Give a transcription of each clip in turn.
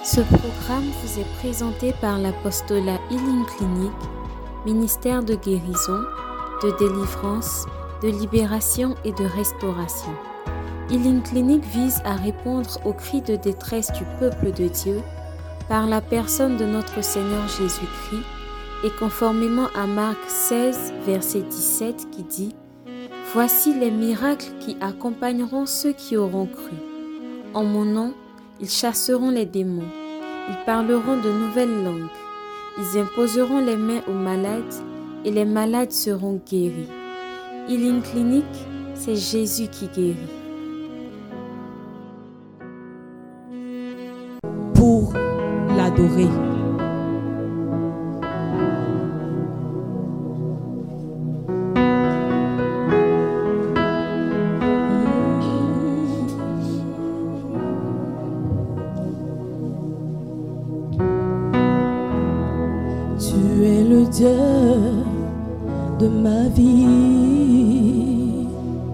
Ce programme vous est présenté par l'apostolat Healing Clinic, ministère de guérison, de délivrance, de libération et de restauration. Healing Clinic vise à répondre aux cris de détresse du peuple de Dieu par la personne de notre Seigneur Jésus-Christ et conformément à Marc 16, verset 17 qui dit « Voici les miracles qui accompagneront ceux qui auront cru. En mon nom, ils chasseront les démons, ils parleront de nouvelles langues, ils imposeront les mains aux malades et les malades seront guéris. » Healing Clinic, c'est Jésus qui guérit. Pour l'adorer. Tu es le Dieu de ma vie.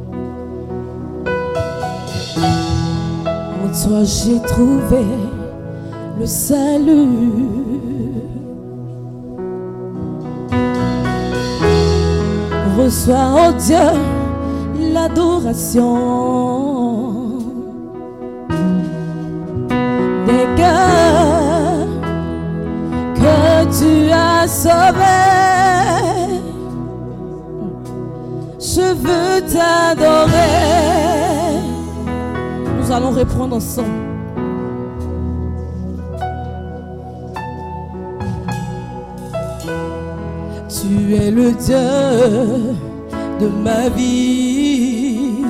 En toi j'ai trouvé le salut. Reçois, oh Dieu, l'adoration des cœurs que tu as sauvés. Je veux t'adorer. Nous allons reprendre ensemble. Tu es le Dieu de ma vie.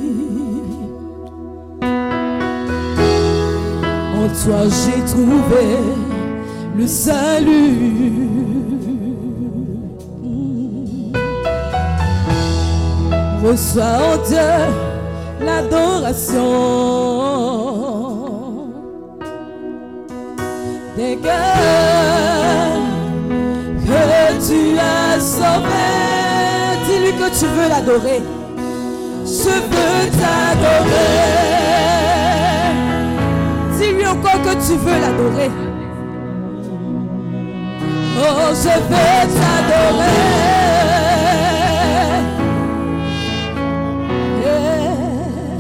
En toi j'ai trouvé le salut. Reçois, oh Dieu, l'adoration des cœurs que tu as sauvé. Dis-lui que tu veux l'adorer. Je veux t'adorer. Dis-lui encore que tu veux l'adorer. Oh, je veux t'adorer. Yeah.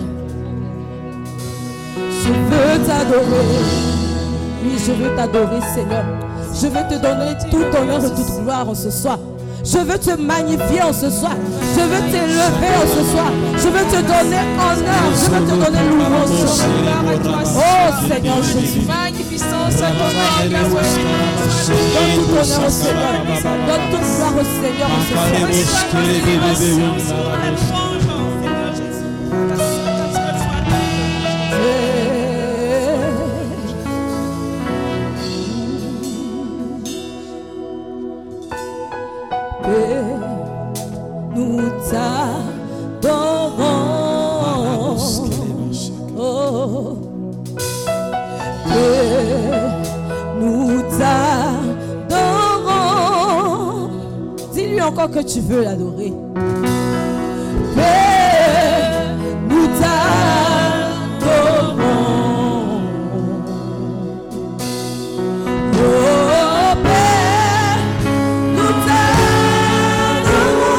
Je veux t'adorer. Oui, je veux t'adorer, Seigneur. Je veux te donner tout honneur et toute gloire en ce soir. Je veux te magnifier en ce soir. Je veux t'élever en ce soir. Je veux te donner honneur. Je veux te donner louange. Oh Seigneur Jésus. Magnificence à ton nom. Donne tout honneur au Seigneur. Donne toute gloire au Seigneur en ce soir. Nous t'adorons. Oh, nous t'adorons. Dis-lui encore que tu veux l'adorer. Nous t'adorons. Oh, Père, nous t'adorons.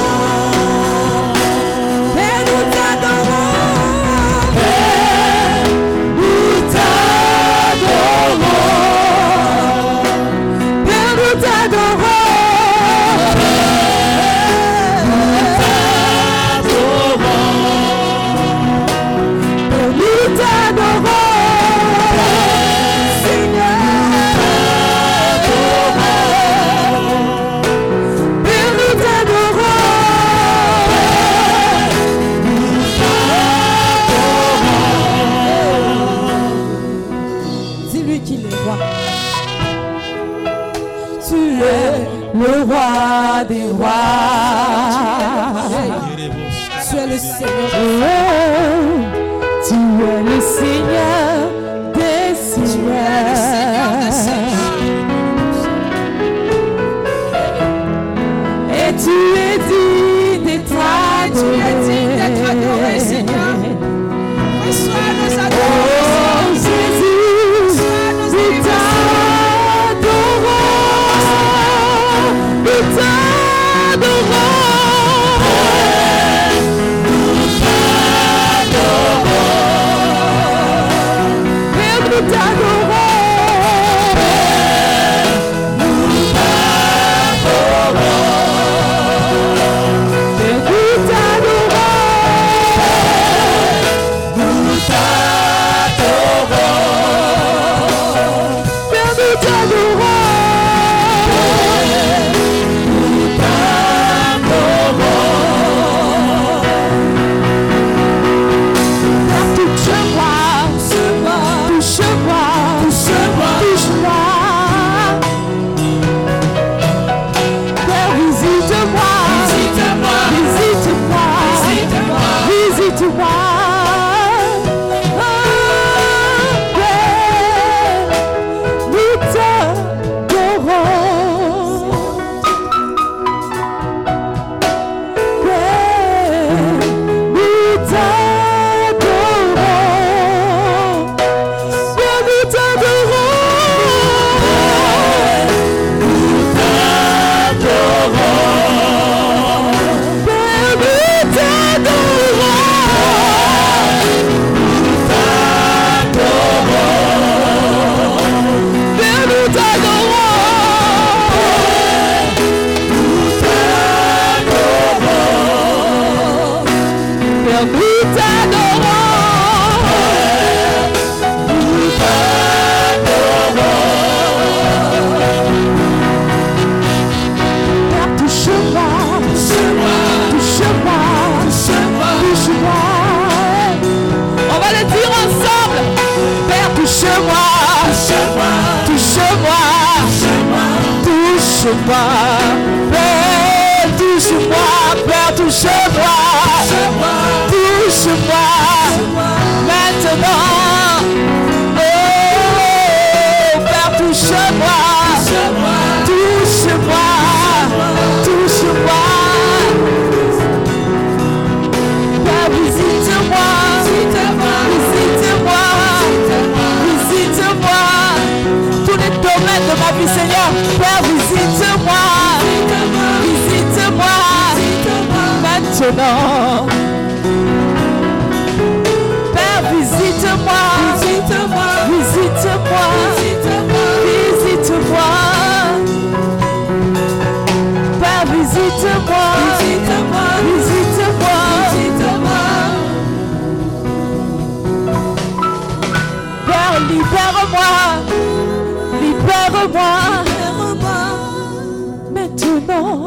Père, nous t'adorons. Père, nous t'adorons. Père, nous t'adorons. Le roi des rois, tu es le Seigneur, tu es le Seigneur des seigneurs, et tu es digne d'être adoré, Seigneur. Reçois nos adorations. Oh Jésus, nous t'adorons. Père, touche-moi, touche-moi, touche-moi, touche-moi. On va le dire ensemble. Père, touche-moi, touche-moi, touche-moi, touche-moi. Père, touche-moi, Père, touche-moi, touche-moi, maintenant. Oh, Père, touche-moi, touche-moi, touche-moi. Père, visite-moi, visite-moi, visite-moi. Tous les domaines de ma vie, Seigneur. Père, visite-moi, visite-moi, maintenant. Père, visite-moi, visite-moi, visite-moi, visite-moi. Père, visite-moi, visite-moi, visite-moi, Père, libère-moi, libère-moi, maintenant.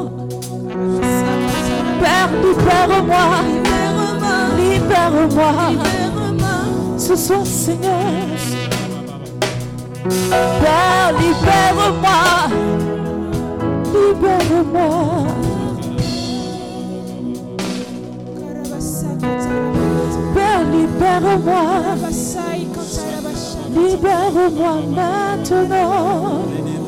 Père, libère-moi, libère-moi, ce soir, Seigneur. Père, libère-moi, libère-moi. Père, libère-moi, libère-moi maintenant.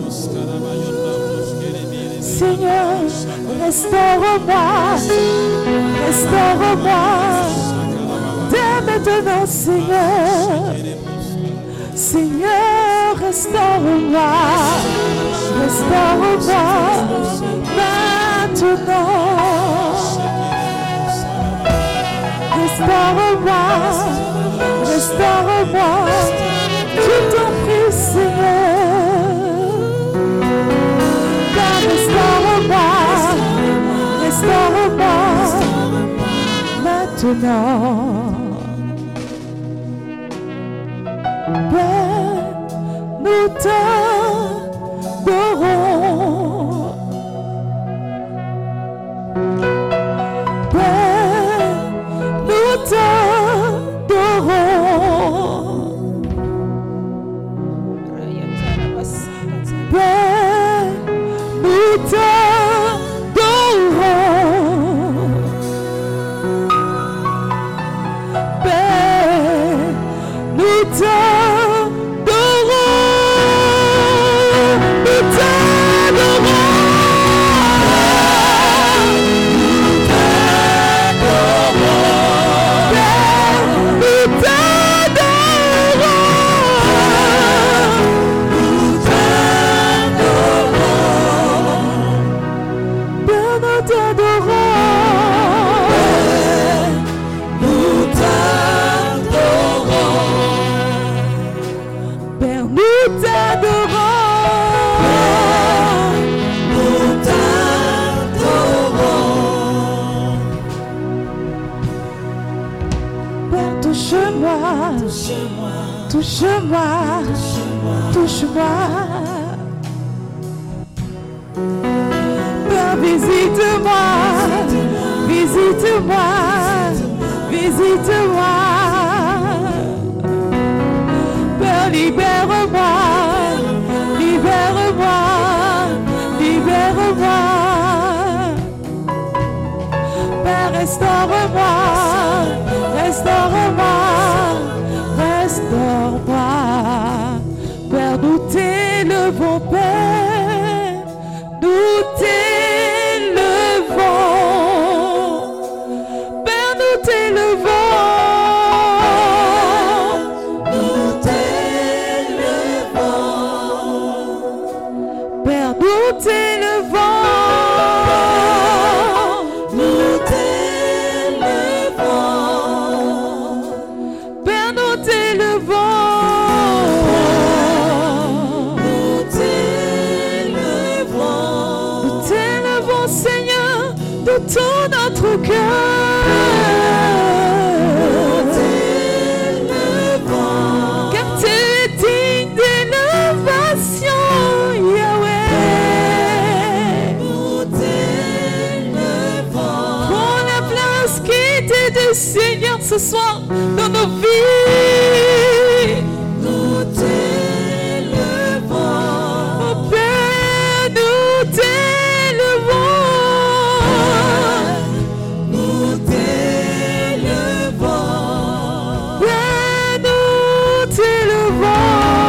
Seigneur, restaure-moi, restaure-moi. Dès maintenant, Seigneur. Seigneur, restaure-moi, restaure-moi maintenant. Restaure-moi, restaure-moi, je t'en prie, Seigneur. Père, restaure-moi, restaure-moi maintenant. Père, nous t'adorons. Père, nous t'adorons. Père, nous t'adorons. Père, nous t'adorons. Nous t'adorons. Touche-moi, touche-moi. Père, visite-moi, visite-moi, visite-moi. Père, libère-moi, libère-moi, libère-moi. Père, restaure-moi, restaure-moi. Restaure-moi, Père, nous t'élevons, Père, nous t'élevons, Père, nous t'élevons, nous t'élevons, Père, nous t'élevons. l'autorité du Seigneur ce soir dans nos vies. Nous t'élevons. Oh Père, nous t'élevons. Nous t'élevons. Père, nous t'élevons.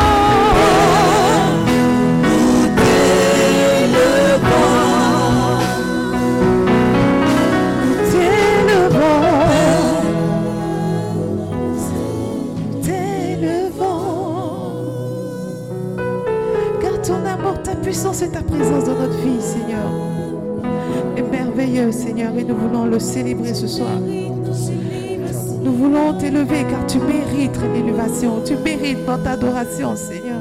Puissance et ta présence dans notre vie, Seigneur, est merveilleux, Seigneur, et nous voulons le célébrer ce soir. Nous voulons t'élever car tu mérites l'élévation, tu mérites notre adoration, Seigneur.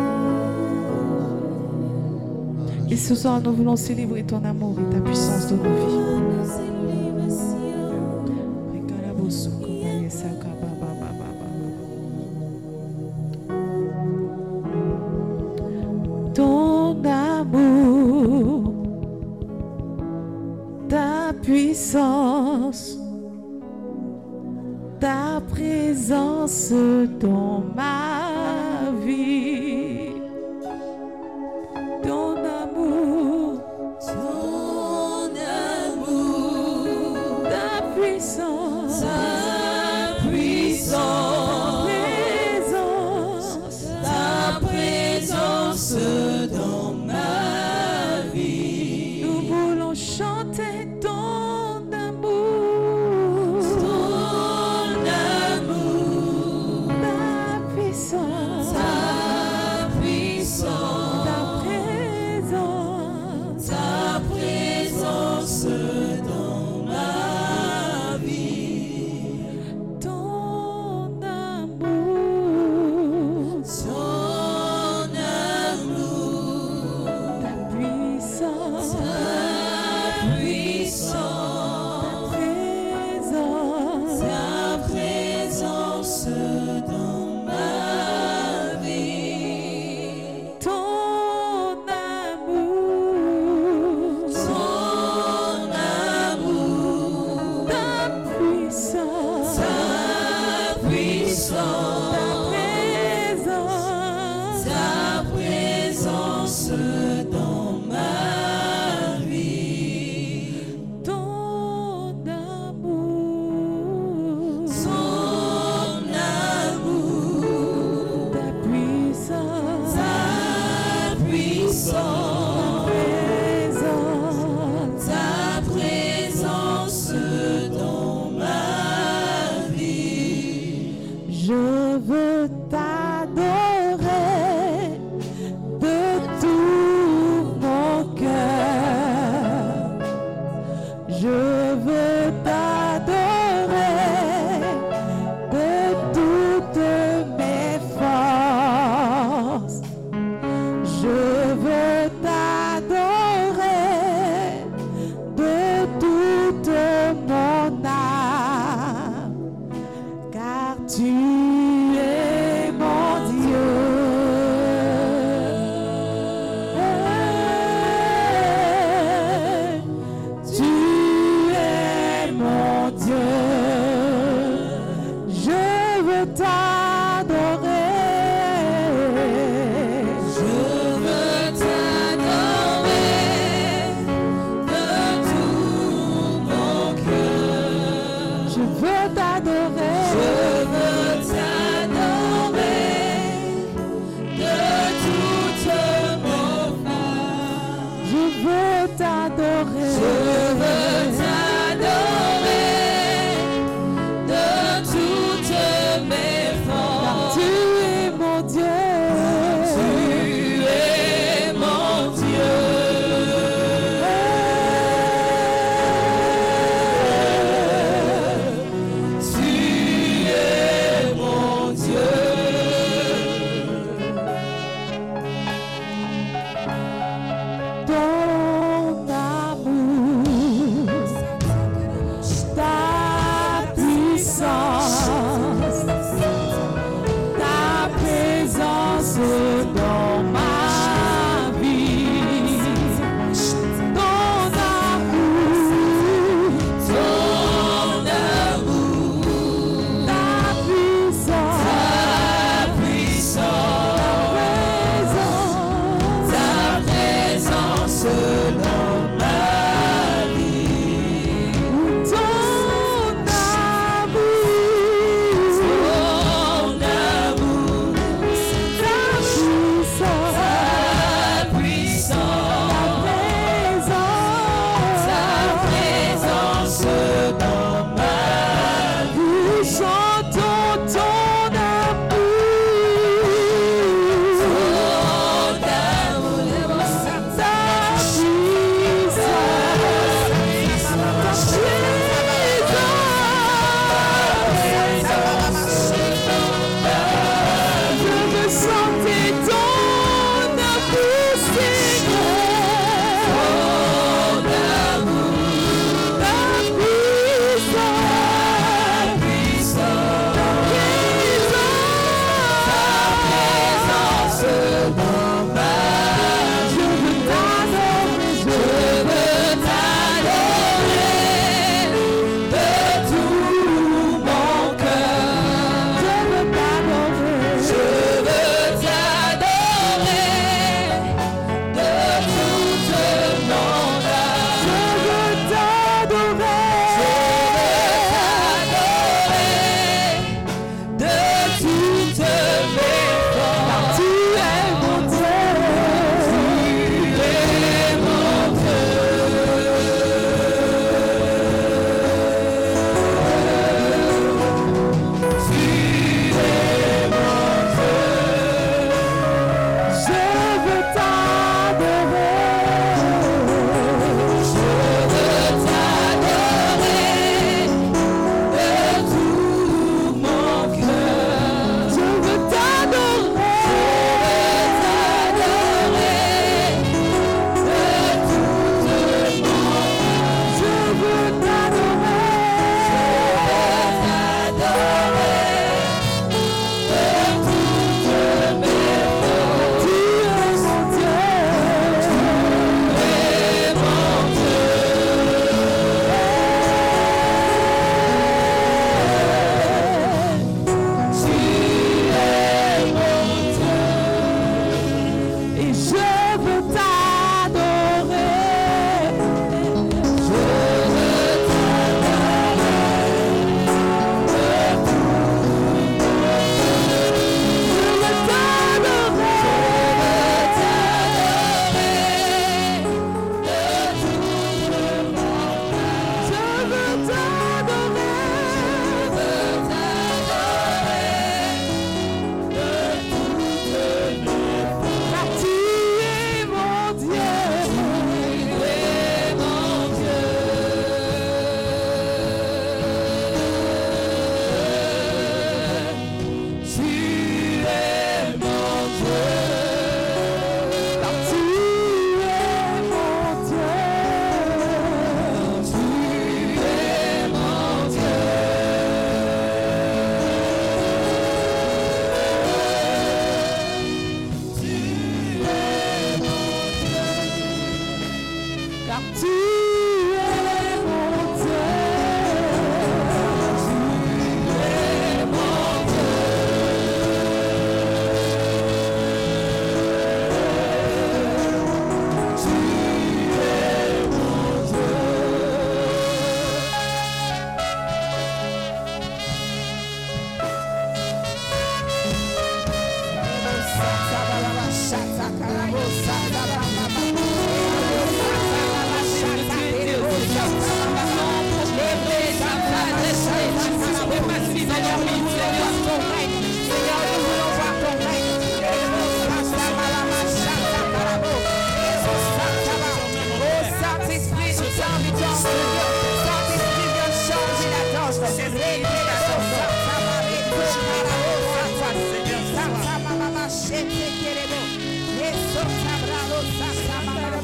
Et ce soir, nous voulons célébrer ton amour et ta puissance dans nos vies. Ton amour, ta puissance, ta présence dans ma vie. Ton amour, ta puissance, ta présence dans ma vie. Nous voulons chanter ton amour, ta puissance, ta présence dans ma vie. Ton amour, ta puissance, ta présence dans ma vie. Ton amour, ta puissance, ta présence dans ma vie. Ton amour, ta puissance, ta présence dans ma vie. Je veux t'adorer de tout mon cœur. Je veux t'adorer de toutes mes forces. Je veux t'adorer de toute mon âme, car tu es mon Dieu. Tu es mon Dieu. Je veux t'adorer. Je veux t'adorer de tout mon cœur. Je veux t'adorer. Je veux t'adorer de toute mon âme. Je veux t'adorer. Je veux t'adorer de toutes mes forces. Car tu es mon Dieu. Tu es mon Dieu. Tu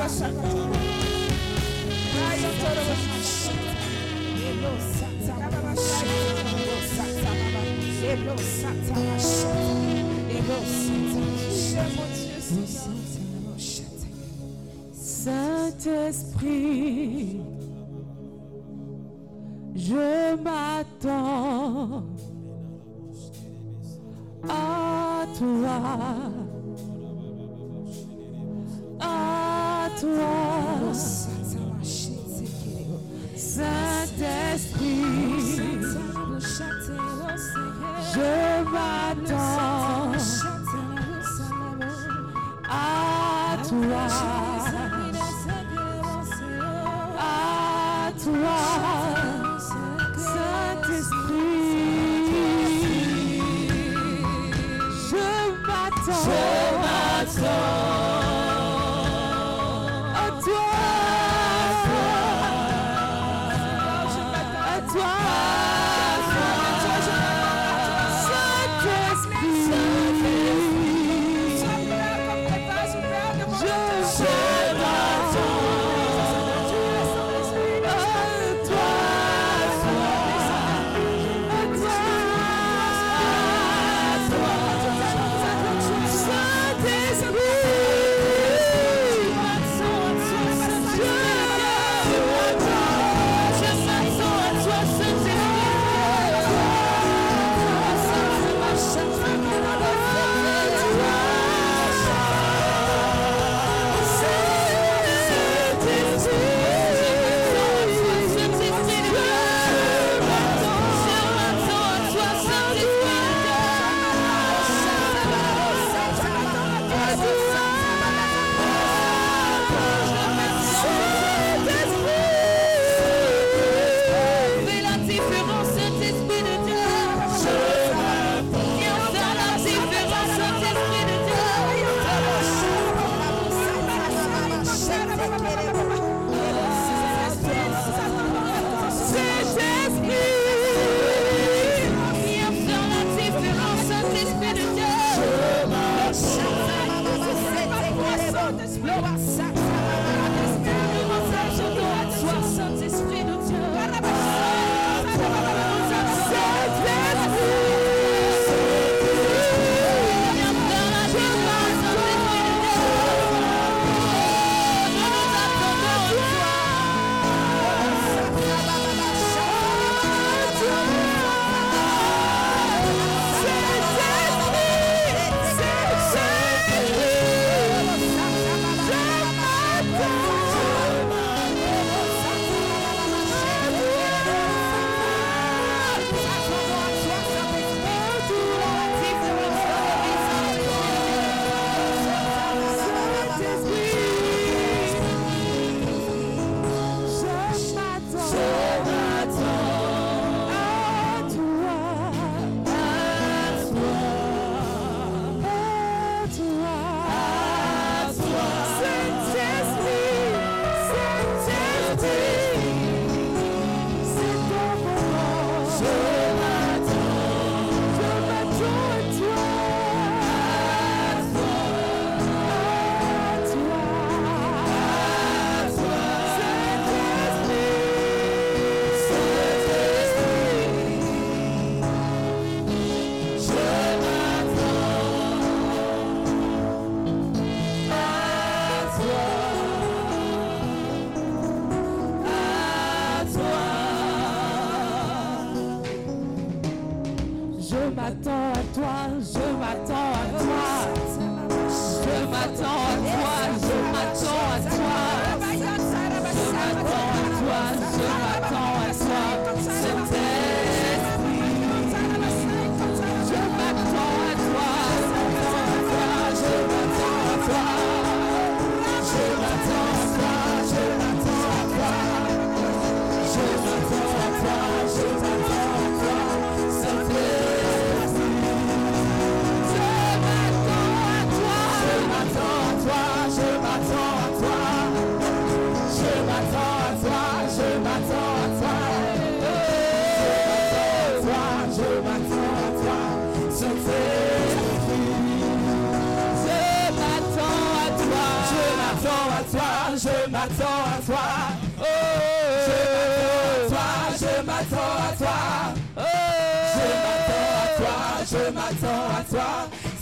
Saint-Esprit, je m'attends à toi, à toi, Saint-Esprit, je m'attends à toi. Toi, Saint-Esprit, je m'attends à toi,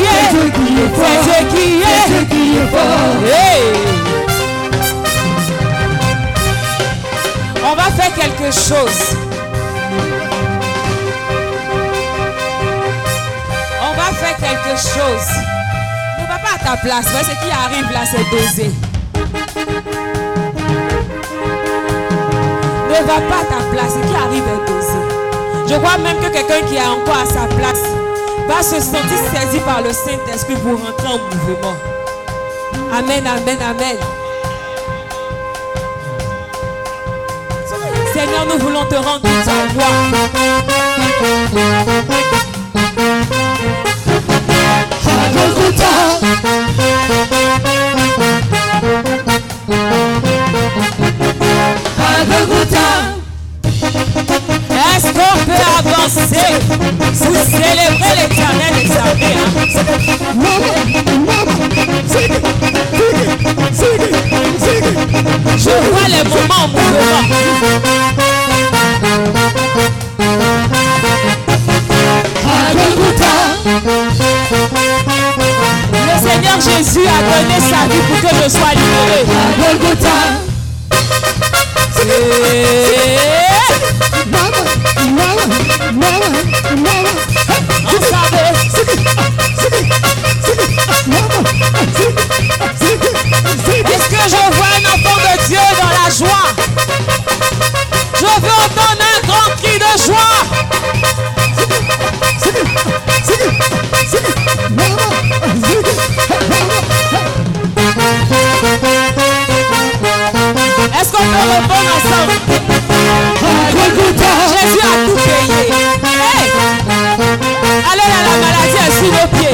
est. C'est Dieu qui est fort. C'est Dieu qui est fort. Hey. On va faire quelque chose. On va faire quelque chose. Ne va pas à ta place. Ouais, ce qui arrive là, c'est dosé. Ne va pas à ta place. Ce qui arrive est dosé. Je crois même que quelqu'un qui est encore à sa place va se sentir saisi par le Saint-Esprit pour rentrer en mouvement. Amen, amen, amen. Seigneur, nous voulons te rendre toute ta gloire. Est-ce qu'on peut avancer pour célébrer l'Éternel des armées? Je vois les moments en mouvement. Le Seigneur Jésus a donné sa vie pour que je sois libéré. Est-ce que je vois un enfant de Dieu dans la joie? Je veux entendre un grand cri de joie. Est-ce qu'on peut répondre ensemble? Jésus a tout payé. Hey! Allez là, la maladie est sous nos pieds.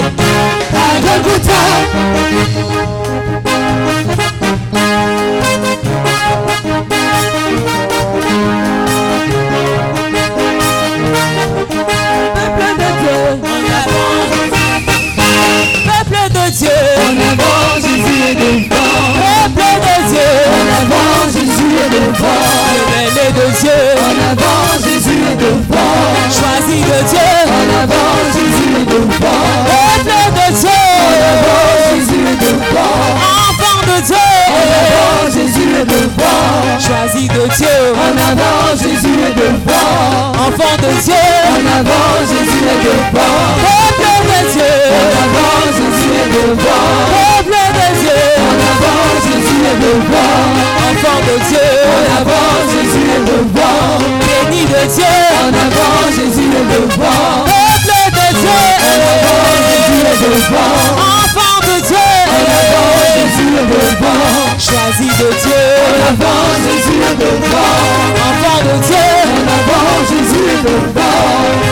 Peuple de Dieu, En avant, Jésus est devant. peuple de Dieu, En avant, Jésus est devant. aimé de Dieu, En avant, Jésus est devant. choisi de Dieu, En avant, Jésus est devant. peuple de Dieu, En avant, Jésus est devant. enfant de Dieu, En avant, Jésus est devant. choisi de Dieu, En avant, Jésus est devant. enfant de Dieu, En avant, Jésus est devant. peuple de Dieu, En avant, Jésus est devant. peuple de Dieu, En avant, Jésus est devant. enfant de Dieu, En avant, Jésus est devant. béni de Dieu, En avant, Jésus est devant. peuple de Dieu, Jésus est devant. enfant de Dieu, En avant, Jésus est devant. choisi de Dieu, En avant, Jésus est devant. enfant de Dieu, En avant, Jésus est devant.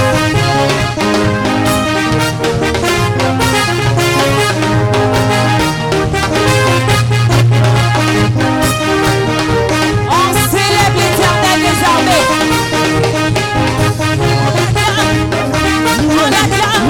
on célèbre l'Éternel des armées. On acclame,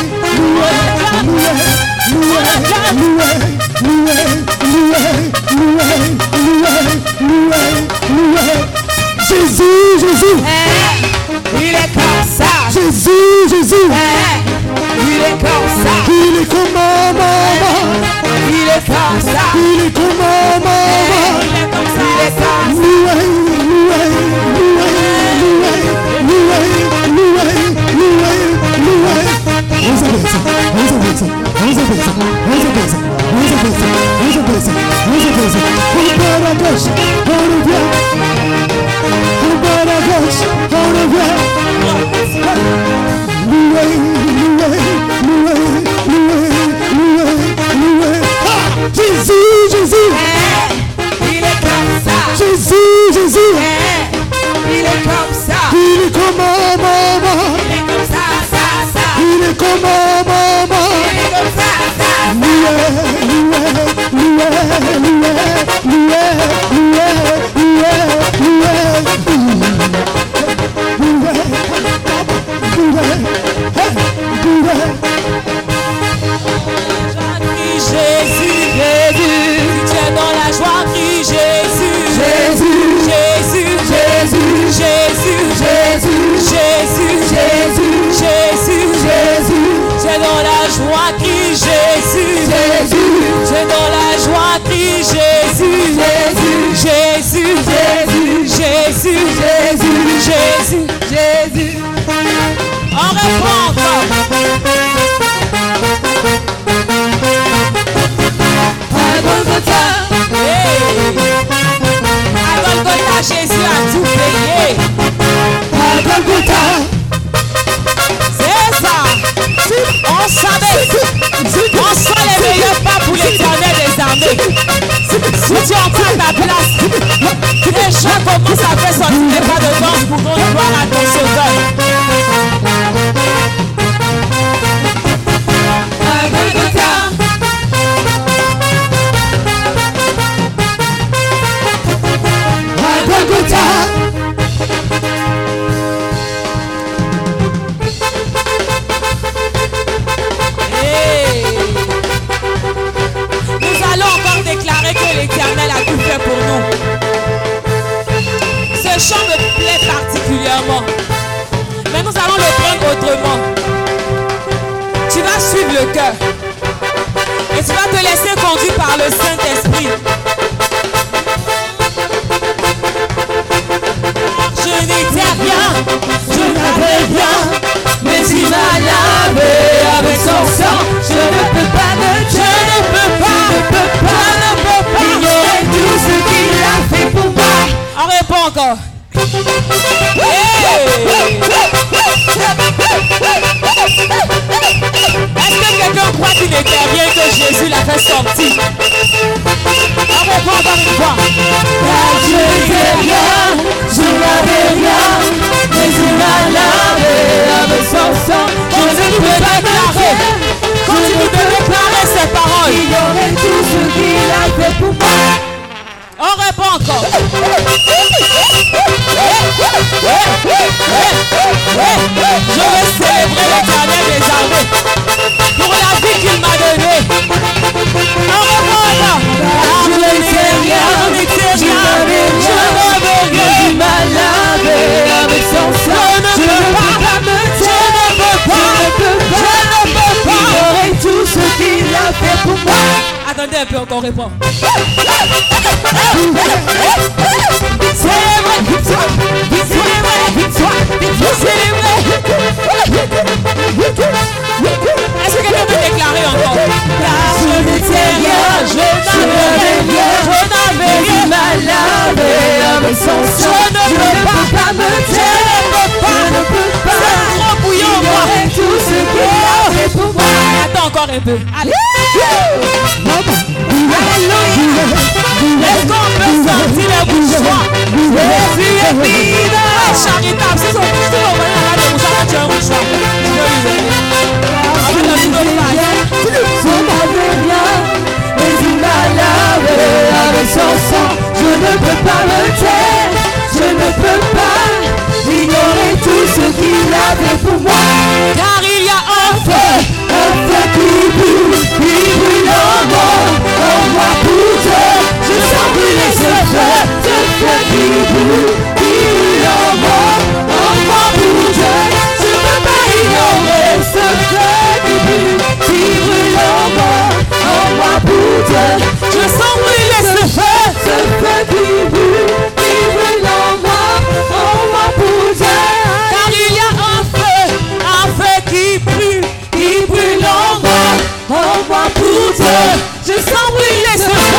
Jésus, Jésus, il est comme ça, Jésus, Jésus, il est comme ça, il est comme maman, il est comme ça, il est comme maman. il est comme ça, il est comme ça. Jésus, Jésus, Il est comme ça, Jésus, Jésus, il est comme ça, il est comme maman, il est comme ça, ça. il est comme maman. Il est comme ça, ça. Jésus, Jésus, tu es dans la joie, crie Jésus, Jésus, Jésus, Jésus, Jésus, Jésus, Jésus, Jésus, Jésus, tu es dans la joie, crie Jésus, Jésus, tu es dans la joie, crie Jésus, Jésus, Jésus, Jésus, Jésus, Jésus. On reprend encore. À Golgotha, Jésus a tout payé. C'est ça. On savait. On soit les meilleurs pas pour l'Éternel des armées. Si tu en prends ta place, les gens commencent à faire sortir des pas de danse pour rendre gloire à ton sauveur. À Golgotha. Hey. Nous allons encore déclarer que l'Éternel a tout fait pour nous. Ce chant me plaît particulièrement. Mais nous allons le prendre autrement. Tu vas suivre le cœur. Et tu vas te laisser conduire par le Saint-Esprit. Je n'étais rien, je n'avais rien, mais il m'a lavé avec son sang. Je ne peux pas me, je ne peux Est-ce que quelqu'un croit qu'il était bien que Jésus l'a fait sortir? On répond encore une fois. Car je n'étais rien, je n'avais rien, mais il m'a lavé avec son sang. Continue de déclarer, continue de déclarer ces paroles. Il y aurait tout ce qu'il a fait pour moi. On répond encore. Je vais célébrer l'Éternel des armées pour la vie qu'il m'a donnée. On répond encore. Je n'étais rien, je n'avais rien, il m'a lavé avec son sang. Je ne peux pas me taire, il y aurait tout ce qu'il a fait pour moi. Attendez un peu, encore répond. Célébrez, victoire, célébrez, victoire, célébrez. Est-ce que quelqu'un peut déclarer encore? Car je n'étais rien, je n'avais rien, il m'a lavé avec son sang. Je ne peux pas me taire, je ne peux pas. C'est trop bouillant, moi. Tout ce qu'il a fait pour moi. Attends encore un peu. Allez. Alléluia. Est-ce qu'on peut sentir les bourgeois? Charitable, si on va regarder les bourgeois, tu es un bourgeois. Je n'avais rien, mais il m'a lavé avec son sang. Je ne peux pas me taire, je ne peux pas ignorer tout ce qu'il a fait pour moi. Car il y a un feu qui brûle en moi pour Dieu. Je sens brûler ce feu qui brûle en moi pour Dieu. Je ne peux pas ignorer ce feu qui brûle en moi pour Dieu. Je sens brûler ce feu qui brûle en moi pour Dieu. Car il y a un feu qui brûle en moi pour Dieu. Je sens brûler ce feu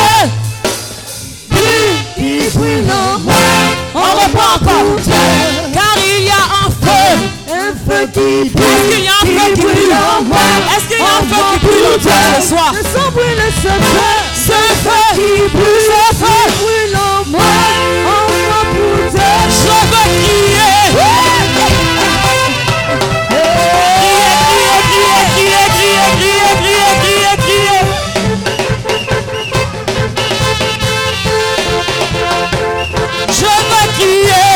qui brûle en moi. On reprend encore. Car il y a un feu qui brûle. Est-ce qu'il y a un feu qui brûle en moi? Est-ce qu'il y a un feu qui brûle en toi ce soir? Je sens brûler ce feu qui brûle en moi pour Dieu. Je veux crier. Je veux crier.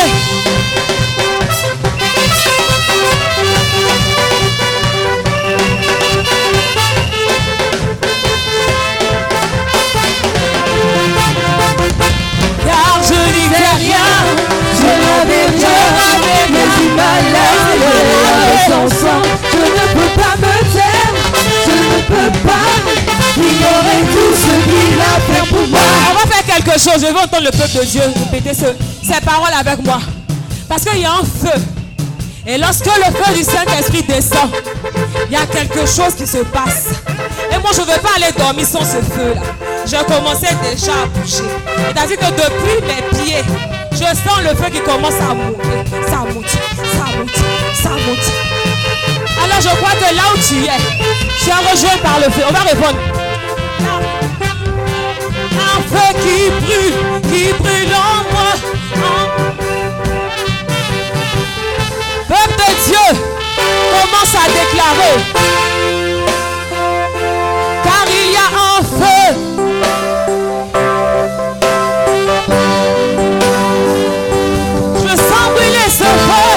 Car je n'étais rien, je n'avais rien, mais il m'a lavé avec son sang. Je ne peux pas me taire, je ne peux pas ignorer tout ce qu'il a fait pour moi. On va faire quelque chose, je veux entendre le peuple de Dieu répéter ces paroles avec moi. Parce qu'il y a un feu. Et lorsque le feu du Saint-Esprit descend, il y a quelque chose qui se passe. Et moi je ne veux pas aller dormir sans ce feu-là. Je commençais déjà à bouger. C'est-à-dire que depuis mes pieds, je sens le feu qui commence à monter. Ça monte, ça monte, ça monte. Alors je crois que là où tu es rejoint par le feu. On va répondre. Un feu qui brûle en moi. Peuple de Dieu, commence à déclarer. Car il y a un feu. Je sens brûler ce feu.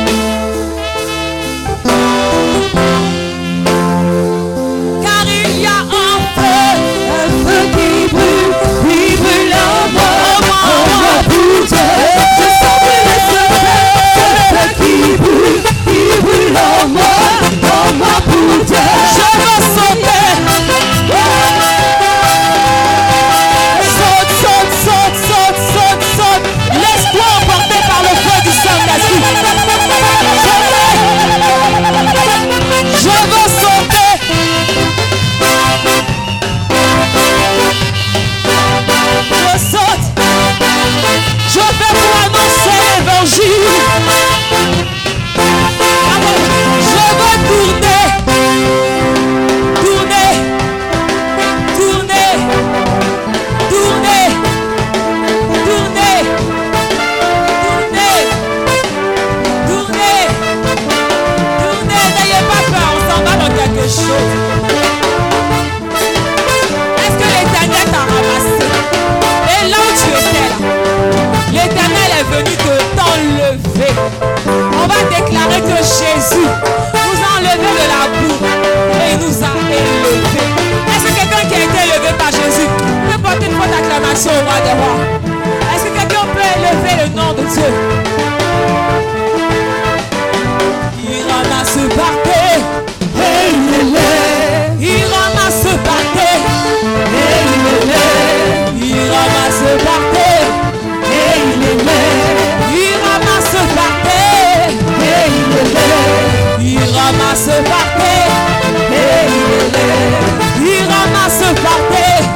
Car il y a un feu qui brûle en moi pour Dieu. Je sens brûler ce feu qui brûle en moi pour Dieu. acclamation au roi des rois. Est-ce que quelqu'un peut élever le nom de Dieu? Il ramasse par terre. Il ramasse par terre. Il ramasse par terre. Il ramasse par terre. Il ramasse par terre. Il ramasse par terre.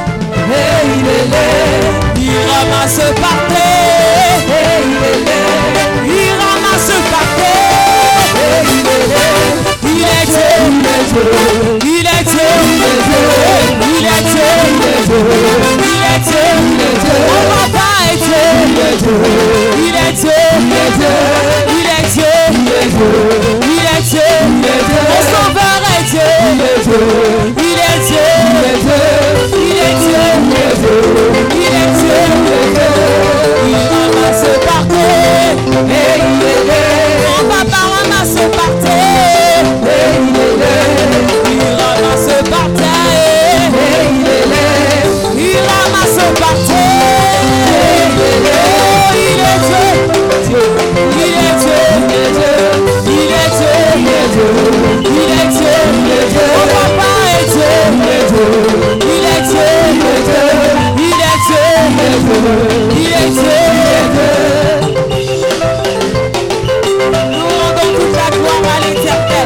Il ramasse par terre. Il ramasse par terre. Il est Dieu. Il est Dieu. Il est Dieu. Il est Dieu. Mon papa est Dieu. Il est Dieu. Il est Dieu. Il est Dieu. Mon sauveur est Dieu. Il est Dieu. Il est Dieu. Il est Dieu. Il ramasse par terre. Mon papa ramasse par terre. Il ramasse par terre. Il ramasse par terre. Il est Dieu. Il est Dieu. Il est Dieu. Il est Dieu. Mon papa est Dieu. Il est Dieu. Il est Dieu. Il est Dieu. Nous rendons toute la gloire à l'Éternel.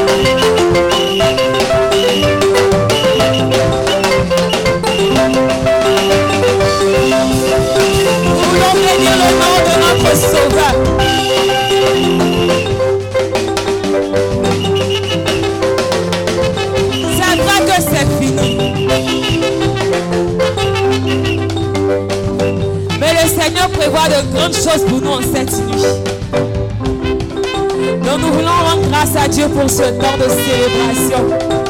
Nous voulons bénir le nom de notre Sauveur. C'est vrai que c'est fini. Mais le Seigneur prévoit de grandes choses pour nous en cette nuit. Donc nous voulons rendre grâce à Dieu pour ce temps de célébration.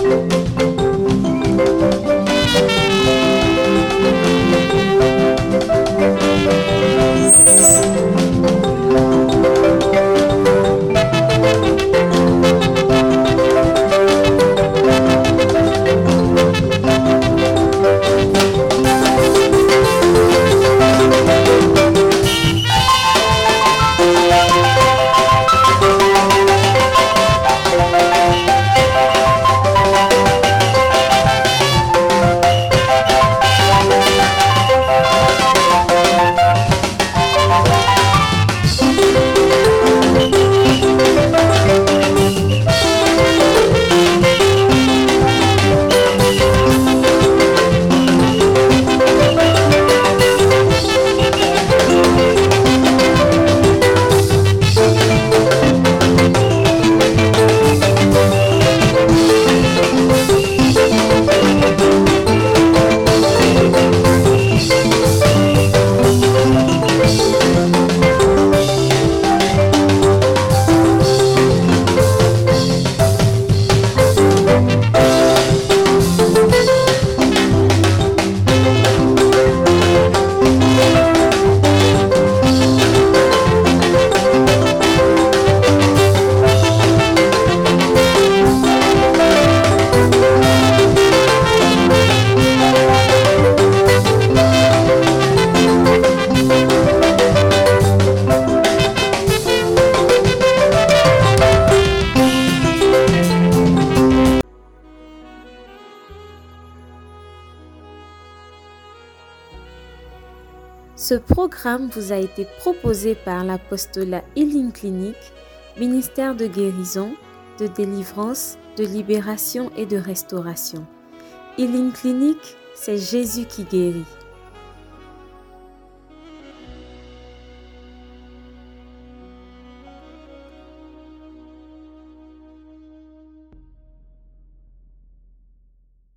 Ce programme vous a été proposé par l'Apostolat Healing Clinic, ministère de guérison, de délivrance, de libération et de restauration. Healing Clinic, c'est Jésus qui guérit.